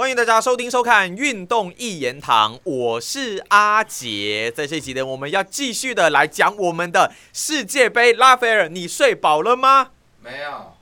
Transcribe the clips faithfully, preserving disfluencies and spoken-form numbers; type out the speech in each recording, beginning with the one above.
欢迎大家收听收看运动一言堂，我是阿杰。在这一集呢，我们要继续的来讲我们的世界杯。拉斐尔，你睡饱了吗？ 没有。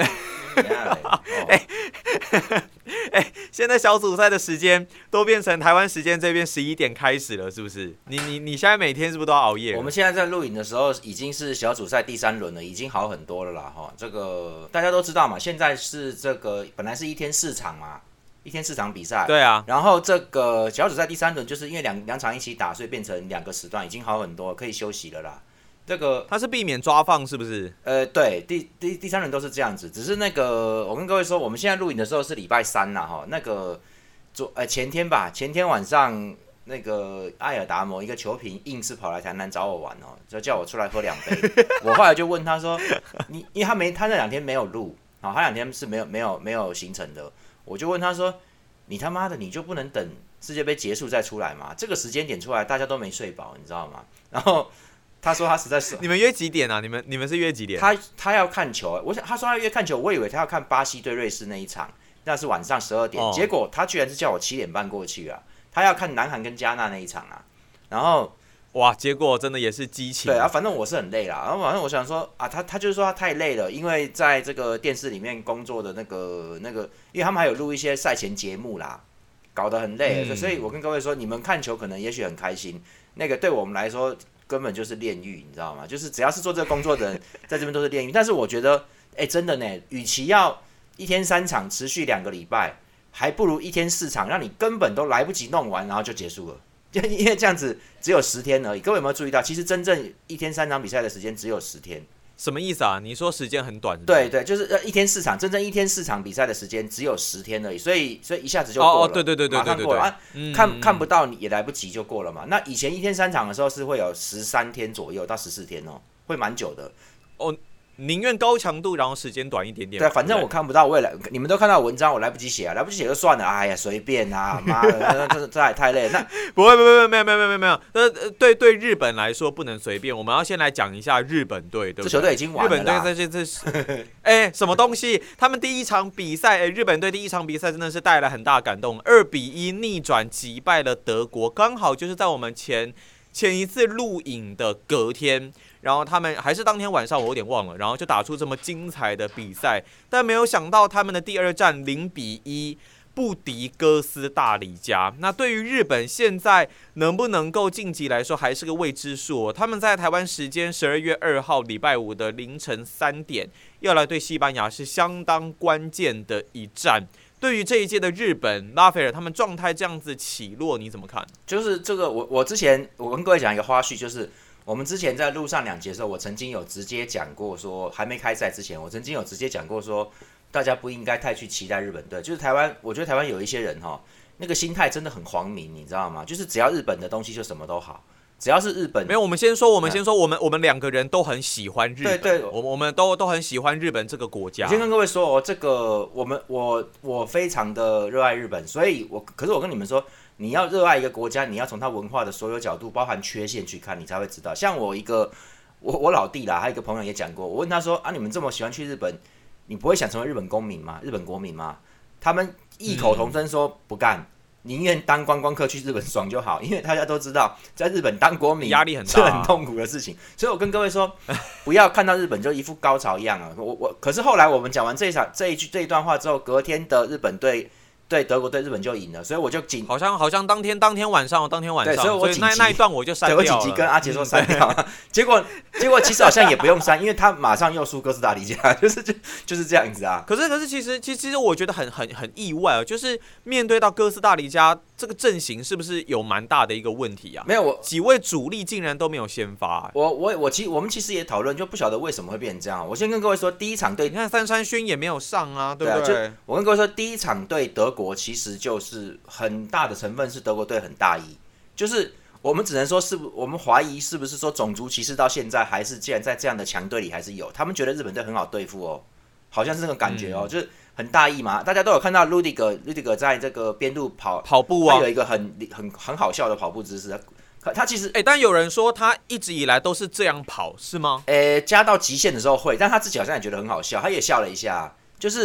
哎哎，现在小组赛的时间都变成台湾时间这边十一点开始了，是不是？你你你现在每天是不是都要熬夜？ 我们现在在录影的时候已经是小组赛第三轮了，已经好很多了啦哈。这个大家都知道嘛，现在是这个本来是一天四场嘛。一天四场比赛， 对啊， 然后这个小组赛第三轮就是因为两两场一起打，所以变成两个时段，已经好很多，可以休息了啦。这个它是避免抓放，是不是？ 呃，对，第第第三轮都是这样子，只是那个我跟各位说，我们现在录影的时候是礼拜三啦哈，那个昨呃前天吧，前天晚上那个艾尔达摩一个球评硬是跑来台南找我玩哦，就叫我出来喝两杯。我后来就问他说，你因为他没他那两天没有录，好，他两天是没有没有没有行程的。我就问他说：“你他妈的，你就不能等世界杯结束再出来吗？这个时间点出来，大家都没睡饱，你知道吗？”然后他说他实在是…… 你们约几点啊？你们你们是约几点？ 他他要看球，我想他说他约看球，我以为他要看巴西对瑞士那一场，那是晚上十二点，哦、结果他居然是叫我七点半过去啊！他要看南韩跟加纳那一场啊，然后。 哇，结果真的也是激情。 对啊，反正我是很累啦。然后反正我想说啊，他他就是说他太累了，因为在这个电视里面工作的那个那个，因为他们还有录一些赛前节目啦，搞得很累、嗯。所以我跟各位说，你们看球可能也许很开心，那个对我们来说根本就是炼狱，你知道吗？就是只要是做这个工作的人，在这边都是炼狱。但是我觉得，哎、欸，真的呢，与其要一天三场持续两个礼拜，还不如一天四场，让你根本都来不及弄完，然后就结束了。因为这样子只有十天而已，各位有没有注意到？其实真正一天三场比赛的时间只有十天。 什么意思啊？你说时间很短是不是？ 对对，就是一天四场，真正一天四场比赛的时间只有十天而已，所以所以一下子就过了。哦， 对对对对对对对， 啊嗯、看看不到也来不及就过了嘛。那以前一天三场的时候是会有十三天左右到十四天哦，会蛮久的。 哦。宁愿高强度，然后时间短一点点。 对，反正我看不到未来，你们都看到文章，我来不及写啊，来不及写就算了。哎呀，随便啊，妈的，这这也太累了。那不会，不会，没有，没有，没有，没有。呃，对对，日本来说不能随便。我们要先来讲一下日本队，对不对？ 这球队已经完了。 日本队这这这，哎，什么东西？他们第一场比赛，哎，日本队第一场比赛真的是带来很大感动，二比一逆转击败了德国，刚好就是在我们前前一次录影的隔天。然后他们还是当天晚上，我有点忘了，然后就打出这么精彩的比赛，但没有想到他们的第二战零比一不敌哥斯达黎加。那对于日本现在能不能够晋级来说，还是个未知数、哦。他们在台湾时间十二月二号礼拜五的凌晨三点，要来对西班牙，是相当关键的一战。对于这一届的日本拉斐尔，他们状态这样子起落，你怎么看？ 就是这个，我我之前我跟各位讲一个花絮，就是。我们之前在路上两节的时候，我曾经有直接讲过说，还没开赛之前，我曾经有直接讲过说，大家不应该太去期待日本队。就是台湾，我觉得台湾有一些人哈，那个心态真的很黄明，你知道吗？就是只要日本的东西就什么都好，只要是日本。 没有，我们先说，我们先说，我们我们两个人都很喜欢日本， 对对， 我我们都都很喜欢日本这个国家。 我先跟各位说哦，这个我们我我非常的热爱日本，所以我可是我跟你们说。你要热爱一个国家，你要从它文化的所有角度，包含缺陷去看，你才会知道。像我一个，我我老弟啦，还有一个朋友也讲过，我问他说啊，你们这么喜欢去日本，你不会想成为日本公民吗？日本国民吗？他们异口同声说不干，宁愿当观光客去日本爽就好，因为大家都知道，在日本当国民压力很大， 是很痛苦的事情。所以我跟各位说，不要看到日本就一副高潮一样啊！我我可是后来我们讲完这一场这一句这一段话之后，隔天的日本队。对德国对日本就赢了，所以我就紧好像好像当天当天晚上，当天晚上， 对，所以我紧急那那一段我就删掉了。 对，我紧急跟阿杰说删掉了，嗯、结果结果其实好像也不用删，因为他马上又输哥斯达黎加，就是就就是这样子啊。 可是可是其实其实其实我觉得很很很意外哦，就是面对到哥斯达黎加这个阵型，是不是有蛮大的一个问题啊？ 没有，我几位主力竟然都没有先发、欸。 我我我其实我们其实也讨论，就不晓得为什么会变成这样。我先跟各位说，第一场对， 你看三山勋也没有上啊，对不对？ 对啊、就我跟各位说，第一场对德国其实就是很大的成分是德国队很大意，就是我们只能说是我们怀疑是不是说种族歧视到现在还是既然在这样的强队里还是有，他们觉得日本队很好对付哦，好像是那种感觉哦，嗯、就是很大意嘛。大家都有看到鲁迪格，鲁迪格在这个边路跑跑步啊， 他有一个很很很好笑的跑步姿势。他其实， 哎、欸，但有人说他一直以来都是这样跑，是吗？ 呃、欸，加到极限的时候会，但他自己好像也觉得很好笑，他也笑了一下，就是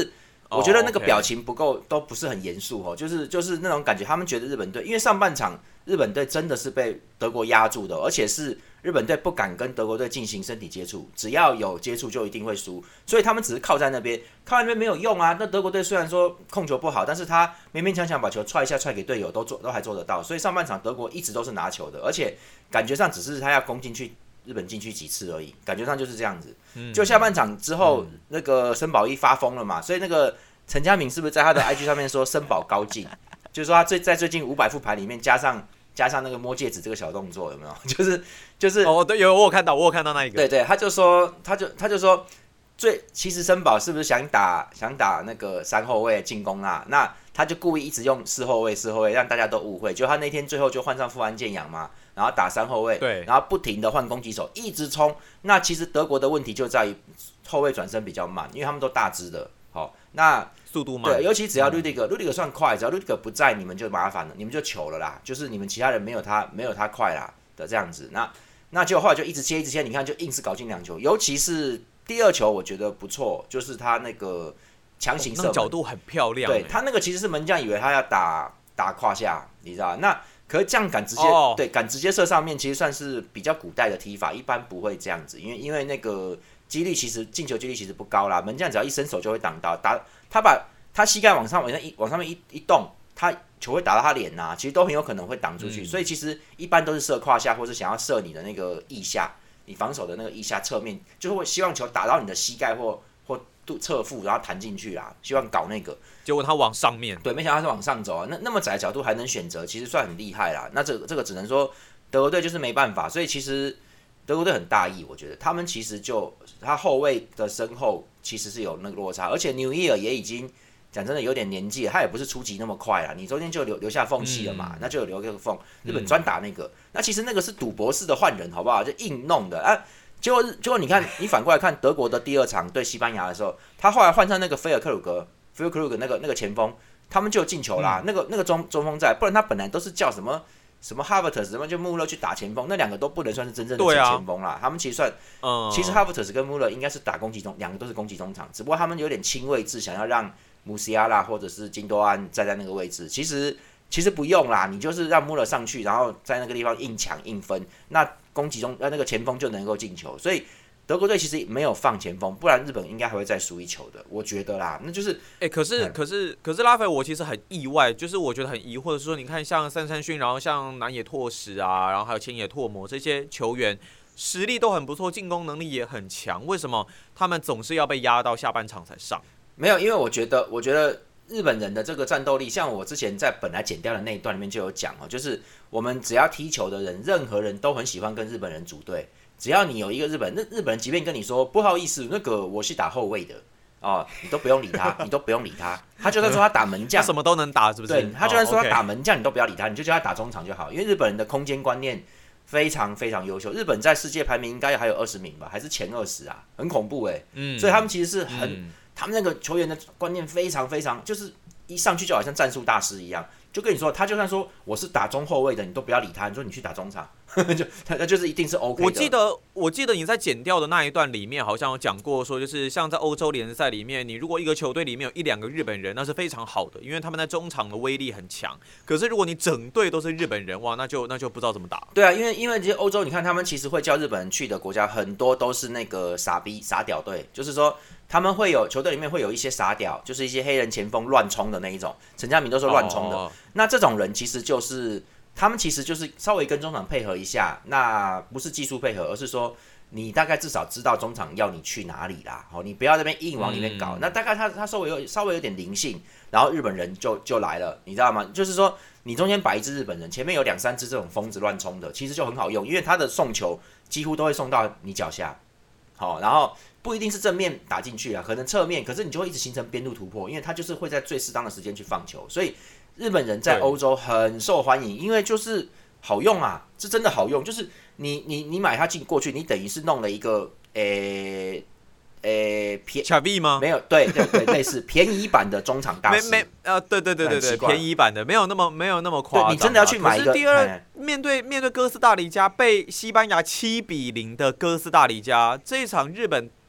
我觉得那个表情不够，都不是很严肃哦，就是就是那种感觉，他们觉得日本队，因为上半场日本队真的是被德国压住的，而且是日本队不敢跟德国队进行身体接触，只要有接触就一定会输，所以他们只是靠在那边，靠在那边没有用啊。那德国队虽然说控球不好，但是他勉勉强强把球踹一下踹给队友，都做都还做得到，所以上半场德国一直都是拿球的，而且感觉上只是他要攻进去。日本禁区几次而已，感觉上就是这样子。就下半场之后，嗯、那个森保一发疯了嘛，所以那个陈佳明是不是在他的 I G 上面说森保高进，就是说他最在最近五百副牌里面加上加上那个摸戒指这个小动作，有没有？就是就是哦，对，有我有看到，我有看到那一个。 对对，他就说，他就他就说，最其实森保是不是想打想打那个三后卫进攻啊？那他就故意一直用四后卫四后卫，让大家都误会。就他那天最后就换上富安健洋嘛。然后打三后卫， 对， 然后不停的换攻击手，一直冲。那其实德国的问题就在于后卫转身比较慢，因为他们都大只的，好、哦，那速度慢。 对，尤其只要 Rudiger，Rudiger、嗯、算快，只要 Rudiger 不在，你们就麻烦了，你们就糗了啦。就是你们其他人没有他没有他快啦的这样子。那那结果后来就一直切一直切，你看就硬是搞进两球，尤其是第二球我觉得不错，就是他那个强行射门、 哦、那角度很漂亮。 对他那个其实是门将以为他要打打胯下，你知道那。可是这样敢直接、oh. 对敢直接射上面，其实算是比较古代的踢法，一般不会这样子，因为因为那个几率其实进球几率其实不高啦，门将只要一伸手就会挡到，打他把他膝盖往上往上一往上面一一动，他球会打到他脸呐、啊，其实都很有可能会挡出去、嗯，所以其实一般都是射胯下，或是想要射你的那个腋下，你防守的那个腋下侧面，就是会希望球打到你的膝盖或或侧腹，然后弹进去啦，希望搞那个。 结果他往上面， 对，没想到他是往上走啊。那那么窄的角度还能选择，其实算很厉害啦。那这个这个只能说德国队就是没办法，所以其实德国队很大意，我觉得他们其实就他后卫的身后其实是有那个落差，而且纽伊尔也已经讲真的有点年纪了，他也不是出击那么快啦。你中间就留留下缝隙了嘛、嗯，那就有留个缝。日本专打那个、嗯，那其实那个是赌博式的换人，好不好？就硬弄的啊。结果结果你看，你反过来看德国的第二场对西班牙的时候，他后来换上那个菲尔克鲁格。菲尔克鲁格那个那个前锋，他们就有进球啦。嗯、那个那个中中锋在，不然他本来都是叫什么什么哈弗特斯，什么就穆勒去打前锋，那两个都不能算是真正的前锋啦。啊、他们其实算，嗯、其实哈弗特斯跟穆勒应该是打攻击中，两个都是攻击中场，只不过他们有点轻位置，想要让穆西亚拉或者是金多安站在那个位置。其实其实不用啦，你就是让穆勒上去，然后在那个地方硬抢硬分，那攻击中呃那个前锋就能够进球，所以。德国队其实没有放前锋，不然日本应该还会再输一球的，我觉得啦。那就是， 哎、欸，可是、嗯、可是可是拉斐，我其实很意外，就是我觉得很疑惑的是说，你看像三山勋，然后像南野拓实啊，然后还有千野拓磨这些球员，实力都很不错，进攻能力也很强，为什么他们总是要被压到下半场才上？ 没有，因为我觉得，我觉得日本人的这个战斗力，像我之前在本来剪掉的那一段里面就有讲哦，就是我们只要踢球的人，任何人都很喜欢跟日本人组队。只要你有一个日本人，那日本人即便跟你说不好意思，那个我是打后卫的哦，你都不用理他，你都不用理他。他就算说他打门将， 什么都能打，是不是？ 对，他就算说他打门将，你都不要理他，你就叫他打中场就好。因为日本人的空间观念非常非常优秀，日本在世界排名应该还有二十名吧，还是前二十啊，很恐怖哎、欸。嗯，所以他们其实是很、嗯，他们那个球员的观念非常非常，就是一上去就好像战术大师一样。就跟你说，他就算说我是打中后卫的，你都不要理他。你说你去打中场，就他就是一定是 OK 的。 我记得，我记得你在剪掉的那一段里面，好像有讲过说，就是像在欧洲联赛里面，你如果一个球队里面有一两个日本人，那是非常好的，因为他们在中场的威力很强。可是如果你整队都是日本人，哇，那就那就不知道怎么打。 对啊，因为因为这些欧洲，你看他们其实会叫日本人去的国家，很多都是那个傻逼傻屌队，就是说。他们会有球队里面会有一些傻屌，就是一些黑人前锋乱冲的那一种，陈佳明都说乱冲的。Oh. 那这种人其实就是他们其实就是稍微跟中场配合一下，那不是技术配合，而是说你大概至少知道中场要你去哪里啦。好，你不要在那边硬往里面搞。嗯、那大概他他稍微有稍微有点灵性，然后日本人就就来了，你知道吗？就是说你中间摆一支日本人，前面有两三支这种疯子乱冲的，其实就很好用，因为他的送球几乎都会送到你脚下。好，然后。不一定是正面打进去啊，可能侧面，可是你就会一直形成边路突破，因为他就是会在最适当的时间去放球，所以日本人在欧洲很受欢迎，因为就是好用啊，是真的好用，就是你你你买它进过去，你等于是弄了一个诶诶便卡币吗？ 没有，对对对，类似便宜版的中场大师， 没没呃，对对对对对，便宜版的，没有那么没有那么夸张、啊， 你真的要去买一个。 可是第二，面对面对哥斯达黎加被西班牙七比零的哥斯达黎加这一场，日本。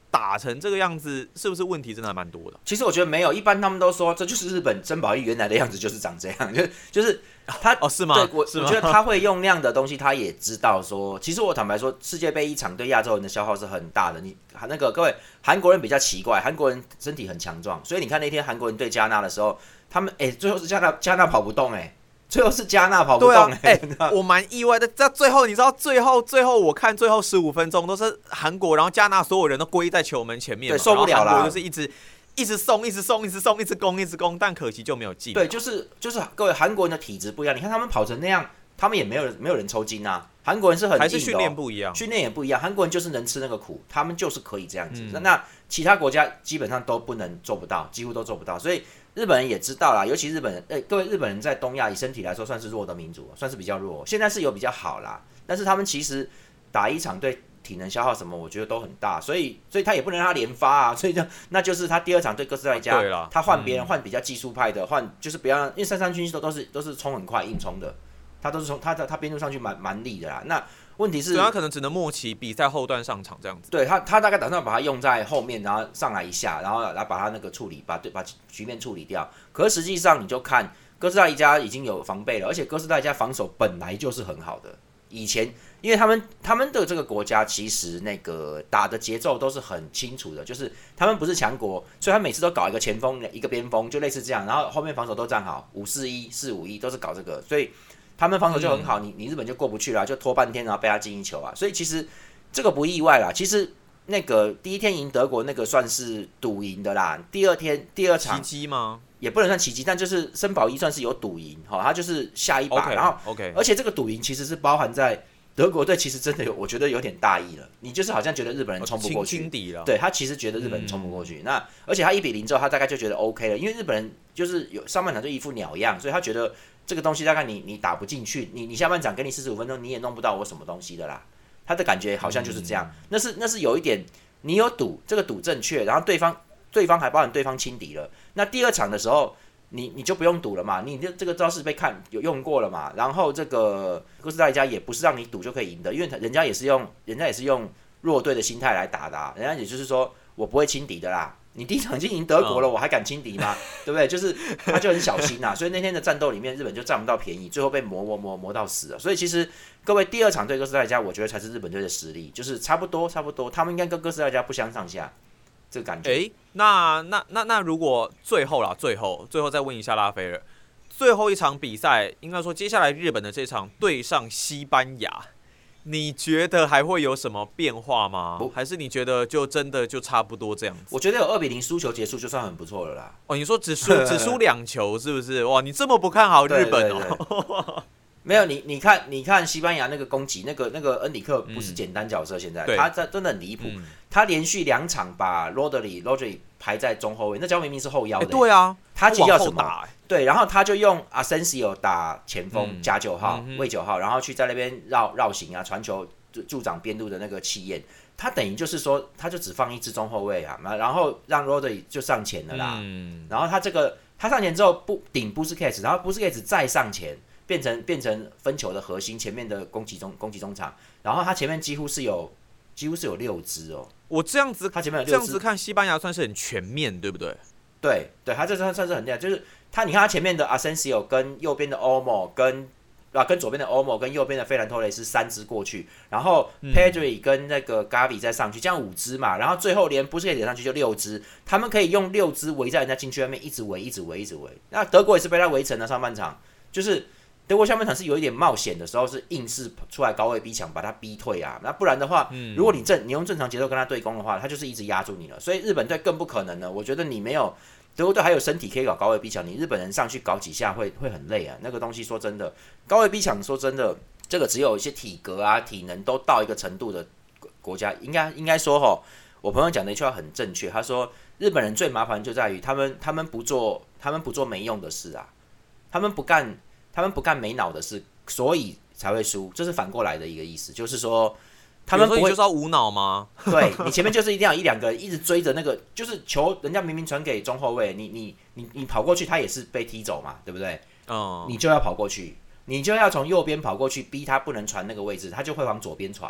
打成这个样子，是不是问题真的还蛮多的？ 其实我觉得没有，一般他们都说这就是日本珍宝一原来的样子，就是长这样，就就是他哦是吗？ 对我是吗我觉得他会用那样的东西，他也知道说，其实我坦白说，世界杯一场对亚洲人的消耗是很大的。你那个各位韩国人比较奇怪，韩国人身体很强壮，所以你看那天韩国人对加纳的时候，他们哎、欸、最后是加纳加纳跑不动哎、欸。最后是加纳跑不动、欸， 哎、啊欸，我蛮意外的。在最后，你知道最后最后我看最后十五分钟都是韩国，然后加纳所有人都归在球门前面， 对，受不了了。 韩国就是一直一直送，一直送，一直送，一直攻，一直攻，但可惜就没有进。 对，就是就是各位韩国人的体质不一样，你看他们跑成那样，他们也没有人没有人抽筋啊。韩国人是很硬的、哦， 还是训练不一样， 训练也不一样。韩国人就是能吃那个苦，他们就是可以这样子。嗯、那其他国家基本上都不能做不到，几乎都做不到，所以。日本人也知道啦，尤其日本人，欸、各位日本人在东亚以身体来说算是弱的民族，算是比较弱。现在是有比较好啦，但是他们其实打一场对体能消耗什么，我觉得都很大，所以所以他也不能让他连发啊，所以就那就是他第二场对哥斯达黎加，他换别人换比较技术派的，换就是不要，因为三三军都都是都是冲很快硬冲的，他都是从他他边路上去蛮蛮力的啦。那问题是， 对他可能只能末期比赛后段上场这样子。 对他，他大概打算把它用在后面，然后上来一下，然后来把它那个处理，把对把局面处理掉。可是实际上你就看哥斯达黎加已经有防备了，而且哥斯达黎加防守本来就是很好的。以前因为他们他们的这个国家其实那个打的节奏都是很清楚的，就是他们不是强国，所以他每次都搞一个前锋一个边锋，就类似这样，然后后面防守都站好，五四一四五一都是搞这个，所以。他们防守就很好，你你日本就过不去了，就拖半天，然后被他进一球啊，所以其实这个不意外啦。其实那个第一天赢德国那个算是赌赢的啦，第二天第二场奇迹吗？ 也不能算奇迹，但就是森保一算是有赌赢，哈，他就是下一把， okay, 然后 OK， 而且这个赌赢其实是包含在德国队，其实真的有，我觉得有点大意了，你就是好像觉得日本人冲不过去， 轻敌了， 对他其实觉得日本人冲不过去，嗯、那而且他一比零之后，他大概就觉得 OK 了，因为日本人就是有上半场就一副鸟样，所以他觉得。这个东西大概你你打不进去，你你下半场给你四十五分钟，你也弄不到我什么东西的啦。他的感觉好像就是这样，嗯、那是那是有一点，你有赌，这个赌正确，然后对方对方还包含对方轻敌了。那第二场的时候，你你就不用赌了嘛，你这这个招式被看有用过了嘛。然后这个哥斯达黎加也不是让你赌就可以赢的，因为人家也是用人家也是用弱队的心态来打的、啊，人家也就是说我不会轻敌的啦。你第一场已经赢德国了，我还敢轻敌吗？对不对？就是他就很小心呐、啊，所以那天的战斗里面，日本就占不到便宜，最后被磨磨磨磨到死了。所以其实各位第二场对哥斯达黎加，我觉得才是日本队的实力，就是差不多差不多，他们应该跟哥斯达黎加不相上下，这个感觉。 哎，那那那那如果最后啦，最后最后再问一下拉斐尔，最后一场比赛，应该说接下来日本的这场对上西班牙。你觉得还会有什么变化吗？还是你觉得就真的就差不多这样子？ 我觉得有二比零输球结束就算很不错了啦。 哦，你说只输只输两球是不是？哇，你这么不看好日本哦？ 对对对没有你，你看，你看西班牙那个攻击，那个那个恩里克不是简单角色，现在、嗯、他真的很离谱、嗯，他连续两场把 Rodri Rodri 排在中后卫，那脚明明是后腰的、欸欸。对啊， 他其实要什么？ 欸、 对，然后他就用 Asensio 打前锋、嗯、加九号、卫、嗯、九号，然后去在那边绕绕行啊，传球助长边路的那个气焰。他等于就是说，他就只放一支中后卫啊，然后让 Rodri 就上前了啦。嗯、然后他这个他上前之后不顶 Busquets， 然后 Busquets 再上前。变成变成分球的核心，前面的攻击中攻击中场，然后他前面几乎是有几乎是有六支哦。 我这样子， 他前面有六支， 这样子看西班牙算是很全面，对不对？ 对对，他这算算是很厉害，就是他你看他前面的 Asensio 跟右边的 Olmo 跟啊跟左边的 Olmo 跟右边的费兰托雷是三支过去，然后 Pedri 跟那个 Gavi 再上去，这样五支嘛，然后最后连布斯克也上去就六支，他们可以用六支围在人家禁区外面一直围一直围一直围。那德国也是被他围成了上半场，就是。德国下半场是有一点冒险的时候，是硬是出来高位逼抢，把他逼退啊。那不然的话，嗯、如果你正你用正常节奏跟他对攻的话，他就是一直压住你了。所以日本队更不可能了。我觉得你没有德国队还有身体可以搞高位逼抢，你日本人上去搞几下会会很累啊。那个东西说真的，高位逼抢说真的，这个只有一些体格啊、体能都到一个程度的国家，应该应该说吼，我朋友讲的一句话很正确，他说日本人最麻烦就在于他们他们不做他们不做没用的事啊，他们不干。他们不干没脑的事，所以才会输，这是反过来的一个意思，就是说他们不会就是要无脑吗？ 对，你前面就是一定要一两个一直追着那个，就是球人家明明传给中后卫，你你你你跑过去，他也是被踢走嘛，对不对？哦、嗯，你就要跑过去，你就要从右边跑过去，逼他不能传那个位置，他就会往左边传。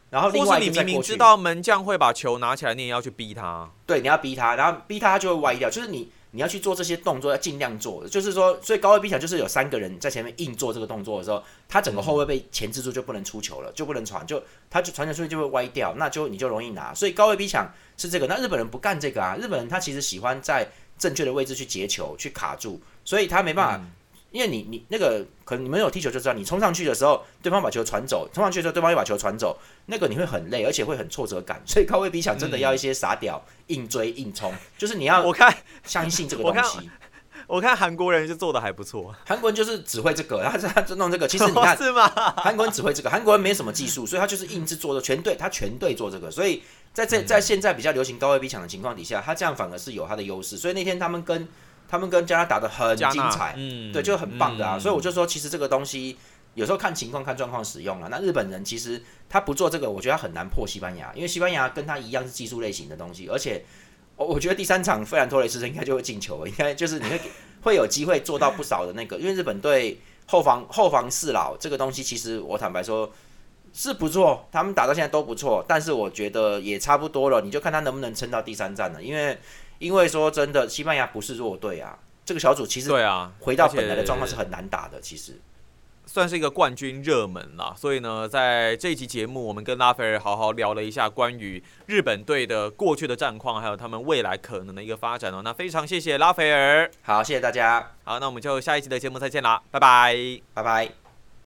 然后另外一个或是你明明知道门将会把球拿起来，你也要去逼他。 对，你要逼他，然后逼他，他就会歪掉。就是你你要去做这些动作，要尽量做。就是说，所以高位逼抢就是有三个人在前面硬做这个动作的时候，他整个后卫被钳制住，就不能出球了，就不能传，就他就传球出去就会歪掉，那就你就容易拿。所以高位逼抢是这个。那日本人不干这个啊，日本人他其实喜欢在正确的位置去截球，去卡住，所以他没办法。嗯，因为你你那个可能你们有踢球就知道，你冲上去的时候，对方把球传走，冲上去的时候对方又把球传走，那个你会很累，而且会很挫折感。所以高位逼抢真的要一些傻屌、硬追硬冲，就是你要我看相信这个东西。 我看韩国人就做的还不错， 韩国人就是只会这个，他他就弄这个。其实你看， 是吗？ 韩国人只会这个，韩国人没什么技术，所以他就是硬制做的，全队他全队做这个。所以在这在现在比较流行高位逼抢的情况底下，他这样反而是有他的优势。所以那天他们跟他们跟加拿大打得很精彩，嗯，对，就很棒的啊。嗯，所以我就说，其实这个东西有时候看情况、看状况使用啊。那日本人其实他不做这个，我觉得他很难破西班牙，因为西班牙跟他一样是技术类型的东西，而且我觉得第三场费兰托雷斯应该就会进球了，应该就是你会会有机会做到不少的那个，因为日本队后防后防四老这个东西，其实我坦白说是不错，他们打到现在都不错，但是我觉得也差不多了，你就看他能不能撑到第三战了，因为。因为说真的，西班牙不是弱队啊，这个小组其实对啊， 回到本来的状况是很难打的，其实算是一个冠军热门啦。所以呢，在这一期节目，我们跟拉斐尔好好聊了一下关于日本队的过去的战况，还有他们未来可能的一个发展哦。那非常谢谢拉斐尔， 好，谢谢大家。 好，那我们就下一期的节目再见啦，拜拜， 拜拜。